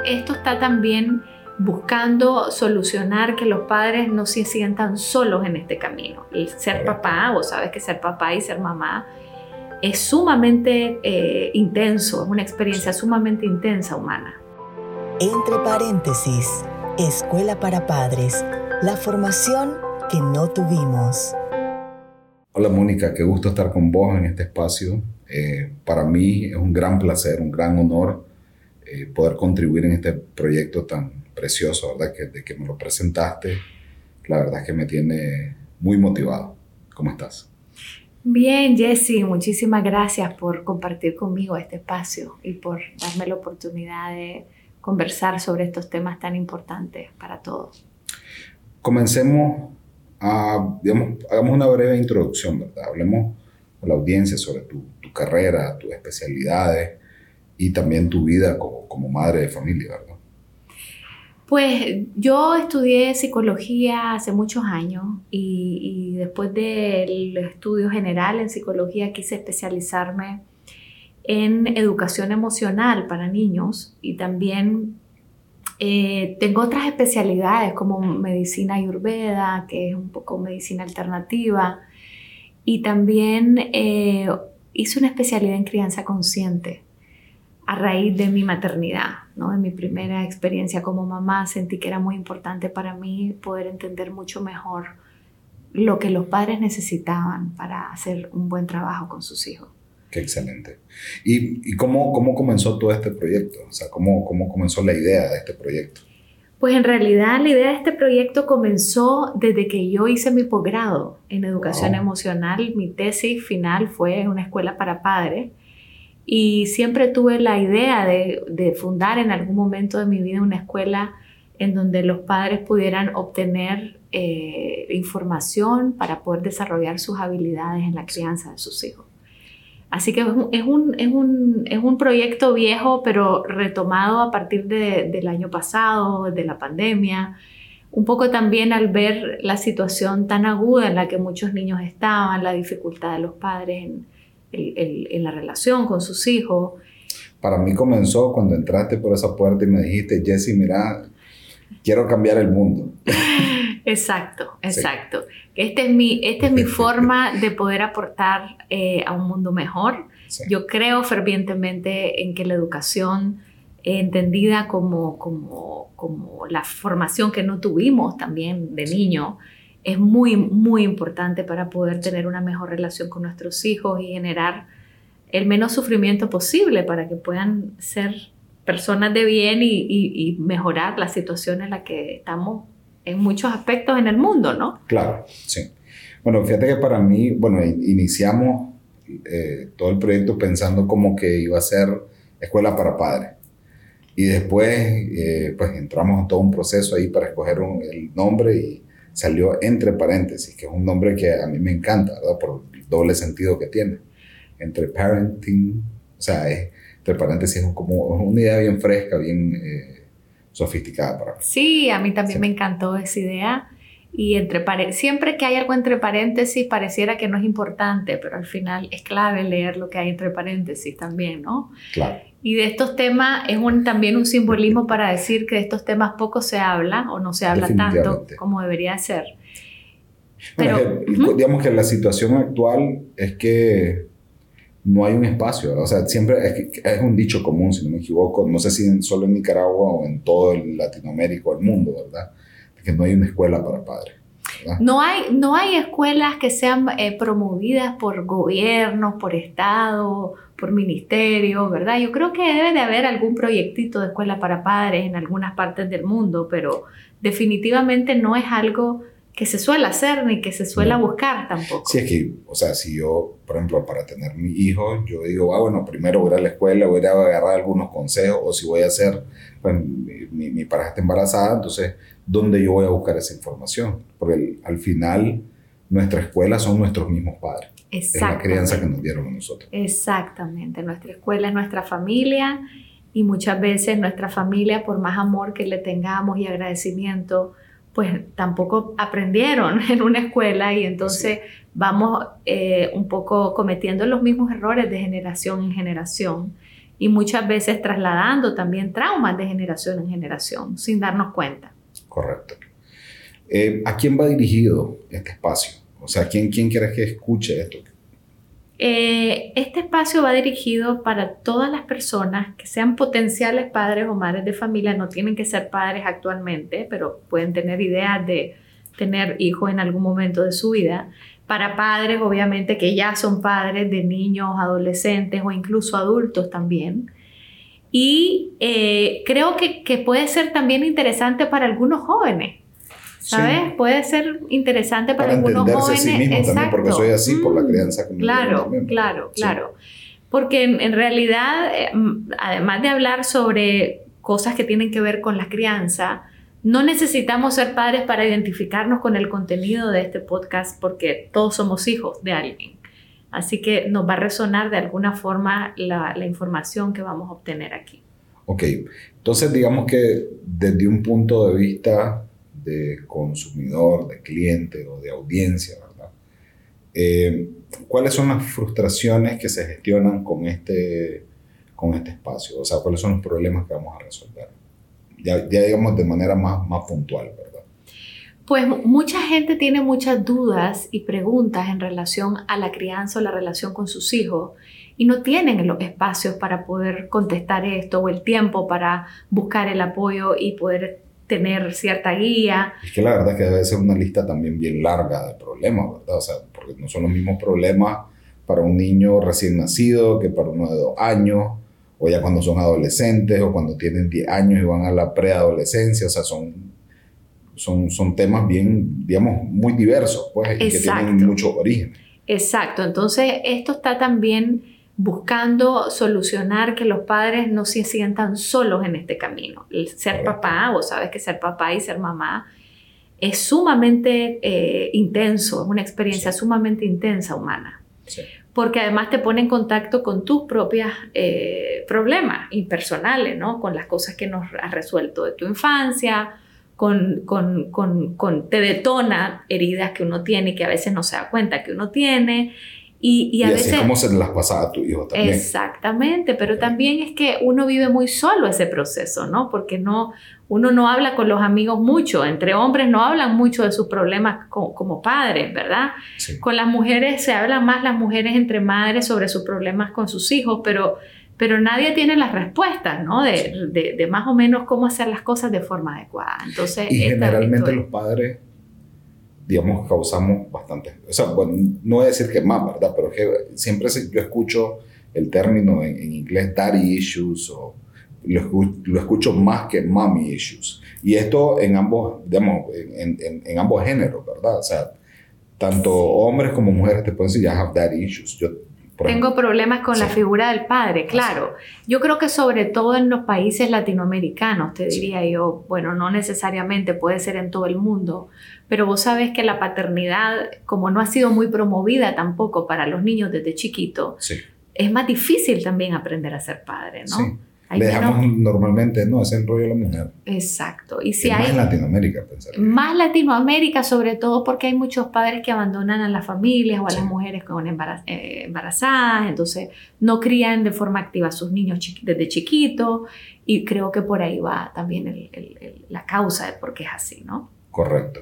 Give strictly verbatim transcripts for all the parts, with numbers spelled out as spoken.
esto está también buscando solucionar que los padres no se sientan solos en este camino. El ser papá, vos sabes que ser papá y ser mamá es sumamente eh, intenso, es una experiencia sumamente intensa humana. Entre paréntesis, Escuela para Padres, la formación que no tuvimos. Hola Mónica, qué gusto estar con vos en este espacio. Eh, para mí es un gran placer, un gran honor eh, poder contribuir en este proyecto tan precioso, ¿verdad? Que, de que me lo presentaste, la verdad es que me tiene muy motivado. ¿Cómo estás? Bien, Jessy, muchísimas gracias por compartir conmigo este espacio y por darme la oportunidad de conversar sobre estos temas tan importantes para todos. Comencemos a, digamos, hagamos una breve introducción, ¿verdad? Hablemos a la audiencia sobre tu, tu carrera, tus especialidades y también tu vida como, como madre de familia, ¿verdad? Pues yo estudié psicología hace muchos años y, y después del estudio general en psicología quise especializarme en educación emocional para niños y también eh, tengo otras especialidades como medicina ayurveda, que es un poco medicina alternativa, y también eh, hice una especialidad en crianza consciente. A raíz de mi maternidad, ¿no? De mi primera experiencia como mamá, sentí que era muy importante para mí poder entender mucho mejor lo que los padres necesitaban para hacer un buen trabajo con sus hijos. Qué excelente. ¿Y, y cómo, cómo comenzó todo este proyecto? O sea, ¿cómo, cómo comenzó la idea de este proyecto? Pues en realidad la idea de este proyecto comenzó desde que yo hice mi posgrado en educación wow. emocional. Mi tesis final fue en una escuela para padres. Y siempre tuve la idea de, de fundar en algún momento de mi vida una escuela en donde los padres pudieran obtener eh, información para poder desarrollar sus habilidades en la crianza de sus hijos. Así que es un, es un, es un, es un proyecto viejo, pero retomado a partir de, del año pasado, de la pandemia. Un poco también al ver la situación tan aguda en la que muchos niños estaban, la dificultad de los padres en El, el, en la relación con sus hijos. Para mí comenzó cuando entraste por esa puerta y me dijiste, Jessy, mira, quiero cambiar el mundo. Exacto, exacto. Sí. Esta es mi, esta es mi forma de poder aportar eh, a un mundo mejor. Sí. Yo creo fervientemente en que la educación eh, entendida como, como, como la formación que no tuvimos también de niño, es muy, muy importante para poder tener una mejor relación con nuestros hijos y generar el menos sufrimiento posible para que puedan ser personas de bien y, y, y mejorar la situación en la que estamos en muchos aspectos en el mundo, ¿no? Claro, sí. Bueno, fíjate que para mí, bueno, iniciamos eh, todo el proyecto pensando como que iba a ser escuela para padres. Y después, eh, pues entramos en todo un proceso ahí para escoger un, el nombre y salió Entre Paréntesis, que es un nombre que a mí me encanta, ¿verdad? Por el doble sentido que tiene. Entre parenting, o sea, es, entre paréntesis es como una idea bien fresca, bien eh, sofisticada para mí. Sí, a mí también sí. Me encantó esa idea. Y entre pare- siempre que hay algo entre paréntesis pareciera que no es importante, pero al final es clave leer lo que hay entre paréntesis también, ¿no? Claro. Y de estos temas es un, también un simbolismo para decir que de estos temas poco se habla o no se habla tanto como debería ser. Pero, bueno, que, uh-huh. digamos que la situación actual es que no hay un espacio, ¿verdad? O sea, siempre es, que es un dicho común, si no me equivoco, no sé si solo en Nicaragua o en todo el Latinoamérica o el mundo, ¿verdad? Que no hay una escuela para padres. No hay, no hay escuelas que sean eh, promovidas por gobiernos, por Estado, por ministerios, ¿verdad? Yo creo que debe de haber algún proyectito de escuela para padres en algunas partes del mundo, pero definitivamente no es algo que se suele hacer ni que se suele no. buscar tampoco. Sí, es que, o sea, si yo, por ejemplo, para tener mi hijo, yo digo, ah, bueno, primero voy a ir a la escuela, voy a ir a agarrar algunos consejos, o si voy a hacer, pues, mi, mi, mi pareja está embarazada, entonces, ¿dónde yo voy a buscar esa información? Porque el, al final, nuestra escuela son nuestros mismos padres. Es la crianza que nos dieron a nosotros. Exactamente, nuestra escuela es nuestra familia y muchas veces nuestra familia, por más amor que le tengamos y agradecimiento, pues tampoco aprendieron en una escuela y entonces sí. vamos eh, un poco cometiendo los mismos errores de generación en generación y muchas veces trasladando también traumas de generación en generación sin darnos cuenta. Correcto. Eh, ¿A quién va dirigido este espacio? O sea, ¿quién, quién quieres que escuche esto? Eh, este espacio va dirigido para todas las personas que sean potenciales padres o madres de familia. No tienen que ser padres actualmente, pero pueden tener ideas de tener hijos en algún momento de su vida. Para padres, obviamente, que ya son padres de niños, adolescentes o incluso adultos también. Y eh, creo que, que puede ser también interesante para algunos jóvenes, ¿sabes? Sí. Puede ser interesante para, para algunos jóvenes. Sí mismo también, porque soy así mm, por la crianza que me Claro, también. claro, Sí. claro. Porque en, en realidad, eh, además de hablar sobre cosas que tienen que ver con la crianza, no necesitamos ser padres para identificarnos con el contenido de este podcast, porque todos somos hijos de alguien. Así que nos va a resonar de alguna forma la, la información que vamos a obtener aquí. Ok, entonces digamos que desde un punto de vista de consumidor, de cliente o de audiencia, ¿verdad? Eh, ¿Cuáles son las frustraciones que se gestionan con este, con este espacio? O sea, ¿cuáles son los problemas que vamos a resolver? Ya, ya digamos de manera más, más puntual, ¿verdad? Pues mucha gente tiene muchas dudas y preguntas en relación a la crianza o la relación con sus hijos y no tienen los espacios para poder contestar esto o el tiempo para buscar el apoyo y poder tener cierta guía. Es que la verdad es que debe ser una lista también bien larga de problemas, ¿verdad? O sea, porque no son los mismos problemas para un niño recién nacido que para uno de dos años, o ya cuando son adolescentes, o cuando tienen diez años y van a la preadolescencia. O sea, son, son, son temas bien, digamos, muy diversos, pues, y que tienen muchos orígenes. Exacto. Entonces, esto está también buscando solucionar que los padres no se sientan solos en este camino. El ser Correcto. Papá, vos sabes que ser papá y ser mamá es sumamente eh, intenso, es una experiencia sí. sumamente intensa humana. Sí. Porque además te pone en contacto con tus propios eh, problemas impersonales, ¿no? Con las cosas que no has resuelto de tu infancia, con, con, con, con, te detona heridas que uno tiene y que a veces no se da cuenta que uno tiene. Y, y, a y veces, así como se las pasa a tu hijo también. Exactamente, pero sí. también es que uno vive muy solo ese proceso, ¿no? Porque no, uno no habla con los amigos mucho, entre hombres no hablan mucho de sus problemas como, como padres, ¿verdad? Sí. Con las mujeres se hablan más las mujeres entre madres sobre sus problemas con sus hijos, pero, pero nadie tiene las respuestas, ¿no? De, sí. de, de más o menos cómo hacer las cosas de forma adecuada. Entonces, y generalmente es, los padres, digamos, causamos bastante, o sea, bueno, no voy a decir que más, ¿verdad? Pero es que siempre se, yo escucho el término en, en inglés daddy issues, o lo escucho, lo escucho más que mommy issues. Y esto en ambos, digamos, en, en, en ambos géneros, ¿verdad? O sea, tanto hombres como mujeres te pueden decir, ya have daddy issues. Yo, Tengo ejemplo, problemas con sí. la figura del padre, claro. Yo creo que sobre todo en los países latinoamericanos, te diría sí. yo, bueno, no necesariamente puede ser en todo el mundo, pero vos sabés que la paternidad, como no ha sido muy promovida tampoco para los niños desde chiquito, sí. es más difícil también aprender a ser padre, ¿no? Sí. Le dejamos menos... normalmente, no, ese rollo de la mujer. Exacto. Y si y hay... más en Latinoamérica, pensar. Más Latinoamérica, sobre todo porque hay muchos padres que abandonan a las familias o a sí. las mujeres con embaraz eh, embarazadas, entonces no crían de forma activa a sus niños chiqui desde chiquitos, y creo que por ahí va también el, el, el, la causa de por qué es así, ¿no? Correcto.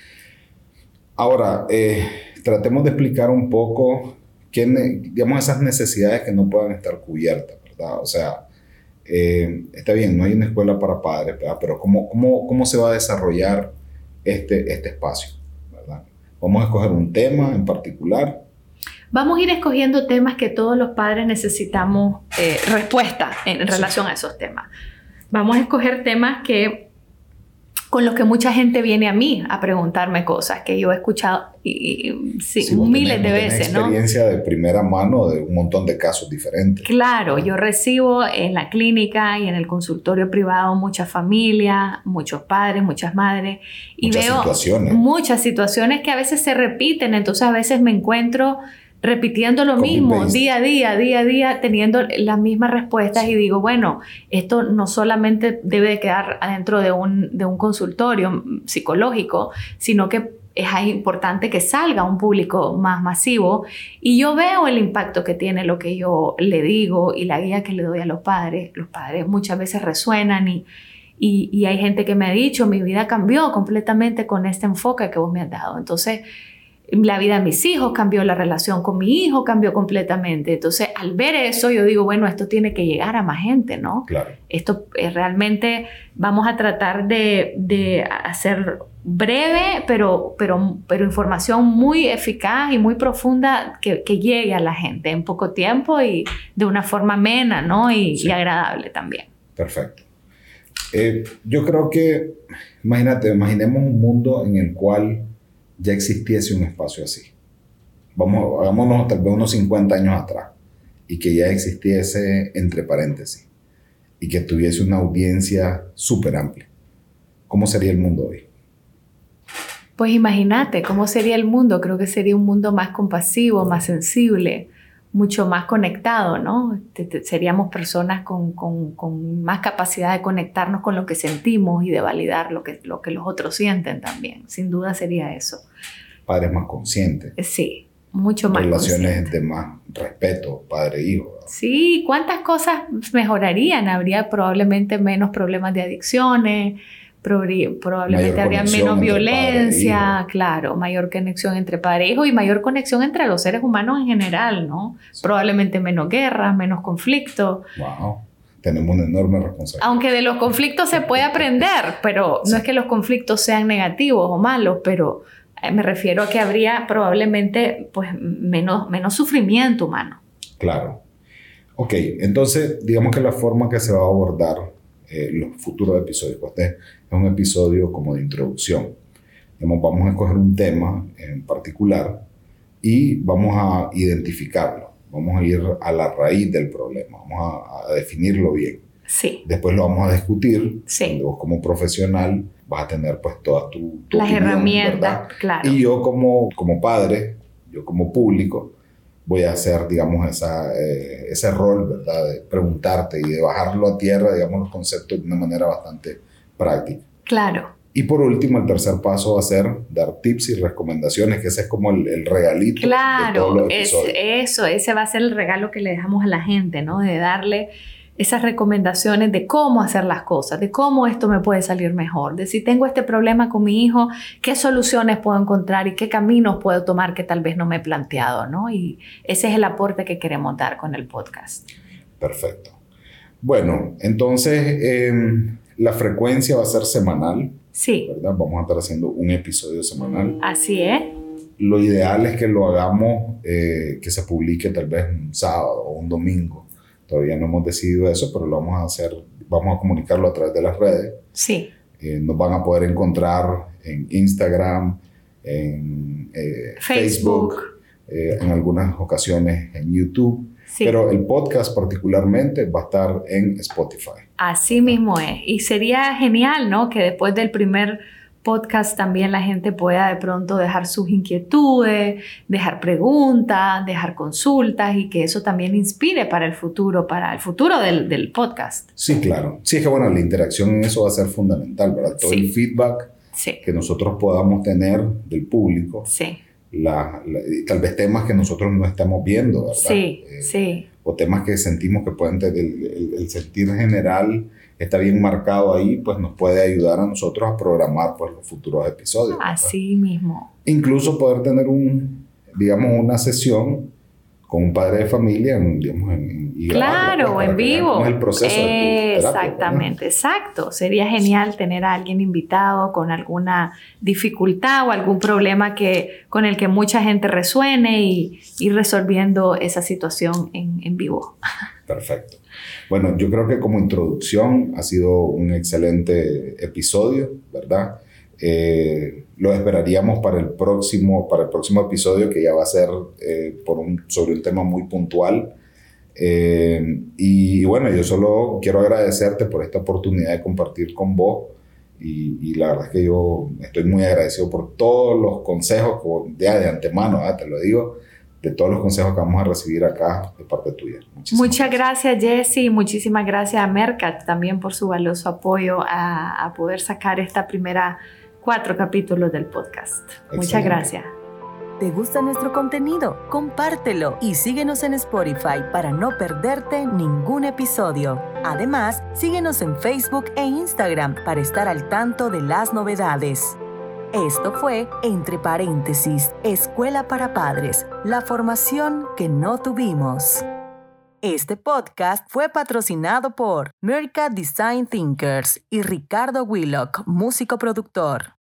Ahora, eh, tratemos de explicar un poco, qué, digamos, esas necesidades que no puedan estar cubiertas, ¿verdad? O sea, Eh, está bien, no hay una escuela para padres, ¿verdad? Pero ¿cómo, cómo, cómo se va a desarrollar este, este espacio, ¿verdad? ¿Vamos a escoger un tema en particular? Vamos a ir escogiendo temas que todos los padres necesitamos eh, respuesta en, en relación sí. a esos temas. Vamos a escoger temas que con los que mucha gente viene a mí a preguntarme cosas que yo he escuchado y, y, sí, sí, miles de veces, ¿no? Experiencia de primera mano de un montón de casos diferentes. Claro, yo recibo en la clínica y en el consultorio privado muchas familias, muchos padres, muchas madres y muchas veo situaciones. muchas situaciones que a veces se repiten, entonces a veces me encuentro repitiendo lo Copy mismo paste. día a día, día a día, teniendo las mismas respuestas sí. y digo, bueno, esto no solamente debe de quedar adentro de un, de un consultorio psicológico, sino que es importante que salga a un público más masivo, y yo veo el impacto que tiene lo que yo le digo y la guía que le doy a los padres. Los padres muchas veces resuenan y, y, y hay gente que me ha dicho, mi vida cambió completamente con este enfoque que vos me has dado. Entonces, la vida de mis hijos cambió, la relación con mi hijo cambió completamente. Entonces, al ver eso, yo digo, bueno, esto tiene que llegar a más gente, ¿no? Claro. Esto eh, realmente vamos a tratar de, de hacer breve, pero, pero, pero información muy eficaz y muy profunda que, que llegue a la gente en poco tiempo y de una forma amena, ¿no? Y, sí. y agradable también. Perfecto. Eh, yo creo que, imagínate, imaginemos un mundo en el cual ya existiese un espacio así. Vamos, hagámonos tal vez unos cincuenta años atrás y que ya existiese entre paréntesis y que tuviese una audiencia súper amplia. ¿Cómo sería el mundo hoy? Pues imagínate cómo sería el mundo. Creo que sería un mundo más compasivo, más sensible, mucho más conectado, ¿no? Te, te, seríamos personas con, con, con más capacidad de conectarnos con lo que sentimos y de validar lo que, lo que los otros sienten también. Sin duda sería eso. Padres más conscientes. Sí, mucho más Relaciones conscientes. de más respeto, padre-hijo. Sí, ¿cuántas cosas mejorarían? Habría probablemente menos problemas de adicciones, probablemente habría menos violencia, claro, mayor conexión entre padre e hijo y mayor conexión entre los seres humanos en general, ¿no? Sí. Probablemente menos guerras, menos conflictos. Wow, tenemos una enorme responsabilidad. Aunque de los conflictos se puede aprender, pero sí. no es que los conflictos sean negativos o malos, pero me refiero a que habría probablemente pues, menos, menos sufrimiento humano. Claro. Ok, entonces digamos que la forma que se va a abordar Eh, los futuros episodios. Pues este es un episodio como de introducción. Digamos, vamos a escoger un tema en particular y vamos a identificarlo. Vamos a ir a la raíz del problema. Vamos a, a definirlo bien. Sí. Después lo vamos a discutir. Sí. Vos como profesional vas a tener pues todas tu, tu las opinión, herramientas, ¿verdad? claro. Y yo como, como padre, yo como público, voy a hacer, digamos, esa, eh, ese rol, ¿verdad? De preguntarte y de bajarlo a tierra, digamos, los conceptos de una manera bastante práctica. Claro. Y por último, el tercer paso va a ser dar tips y recomendaciones, que ese es como el, el regalito claro, de todos los episodios. Es, eso, ese va a ser el regalo que le dejamos a la gente, ¿no? De darle esas recomendaciones de cómo hacer las cosas, de cómo esto me puede salir mejor, de si tengo este problema con mi hijo, qué soluciones puedo encontrar y qué caminos puedo tomar que tal vez no me he planteado, ¿no? Y ese es el aporte que queremos dar con el podcast. Perfecto. Bueno, entonces eh, la frecuencia va a ser semanal. Sí. ¿Verdad? Vamos a estar haciendo un episodio semanal. Así es. Lo ideal es que lo hagamos, eh, que se publique tal vez un sábado o un domingo. Todavía no hemos decidido eso, pero lo vamos a hacer, vamos a comunicarlo a través de las redes. Sí. Eh, nos van a poder encontrar en Instagram, en eh, Facebook, Facebook eh, en algunas ocasiones en YouTube. Sí. Pero el podcast particularmente va a estar en Spotify. Así mismo es. Y sería genial, ¿no? Que después del primer podcast también la gente pueda de pronto dejar sus inquietudes, dejar preguntas, dejar consultas y que eso también inspire para el futuro, para el futuro del, del podcast. Sí, claro. Sí, es que bueno, la interacción en eso va a ser fundamental, ¿verdad? Todo sí. el feedback sí. que nosotros podamos tener del público. Sí. La, la, tal vez temas que nosotros no estamos viendo, ¿verdad? Sí, eh, sí. O temas que sentimos que pueden tener, el, el, el sentir general está bien marcado ahí, pues nos puede ayudar a nosotros a programar pues, los futuros episodios. Así ¿verdad? mismo. Incluso poder tener un, digamos, una sesión con un padre de familia, en, digamos, en, y claro, pues, en vivo. El proceso eh, de tu terapia, exactamente, ¿verdad? Exacto. Sería genial tener a alguien invitado con alguna dificultad o algún problema que, con el que mucha gente resuene y ir resolviendo esa situación en, en vivo. Perfecto. Bueno, yo creo que como introducción ha sido un excelente episodio, ¿verdad? Eh, lo esperaríamos para el próximo, para el próximo episodio, que ya va a ser eh, por un, sobre un tema muy puntual. Eh, y bueno, yo solo quiero agradecerte por esta oportunidad de compartir con vos. Y, y la verdad es que yo estoy muy agradecido por todos los consejos, ya de antemano, ¿verdad? Te lo digo, de todos los consejos que vamos a recibir acá de parte tuya. Muchísimas Muchas gracias, gracias Jesse. Muchísimas gracias a Mercat también por su valioso apoyo a, a poder sacar esta primera cuatro capítulos del podcast. Excelente. Muchas gracias. ¿Te gusta nuestro contenido? Compártelo y síguenos en Spotify para no perderte ningún episodio. Además, síguenos en Facebook e Instagram para estar al tanto de las novedades. Esto fue Entre Paréntesis, Escuela para Padres, la formación que no tuvimos. Este podcast fue patrocinado por Merca Design Thinkers y Ricardo Willock, músico productor.